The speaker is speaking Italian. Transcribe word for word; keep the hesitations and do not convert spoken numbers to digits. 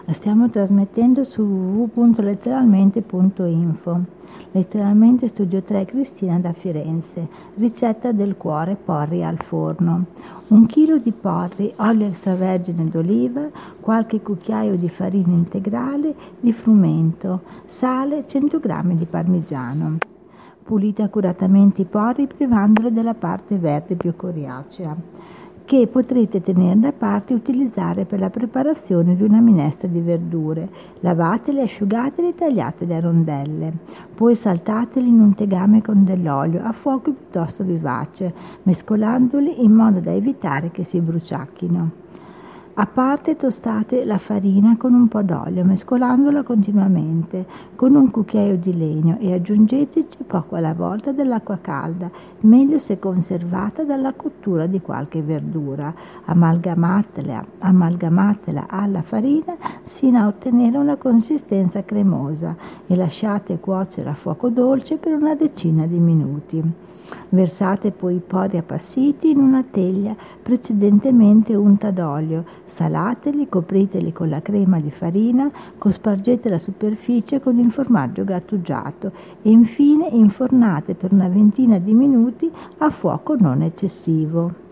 La stiamo trasmettendo su w w w punto letteralmente punto info. Letteralmente Studio tre Cristina da Firenze. Ricetta del cuore porri al forno. Un chilo di porri, olio extravergine d'oliva, qualche cucchiaio di farina integrale di frumento, sale, cento grammi di parmigiano. Pulite accuratamente i porri privandoli della parte verde più coriacea, che potrete tenere da parte e utilizzare per la preparazione di una minestra di verdure. Lavateli, asciugateli e tagliateli a rondelle. Poi saltateli in un tegame con dell'olio a fuoco piuttosto vivace, mescolandoli in modo da evitare che si bruciacchino. A parte tostate la farina con un po' d'olio, mescolandola continuamente con un cucchiaio di legno e aggiungeteci poco alla volta dell'acqua calda, meglio se conservata dalla cottura di qualche verdura. Amalgamatela, amalgamatela alla farina sino a ottenere una consistenza cremosa e lasciate cuocere a fuoco dolce per una decina di minuti. Versate poi i porri appassiti in una teglia precedentemente unta d'olio, salateli, copriteli con la crema di farina, cospargete la superficie con il formaggio grattugiato e infine infornate per una ventina di minuti a fuoco non eccessivo.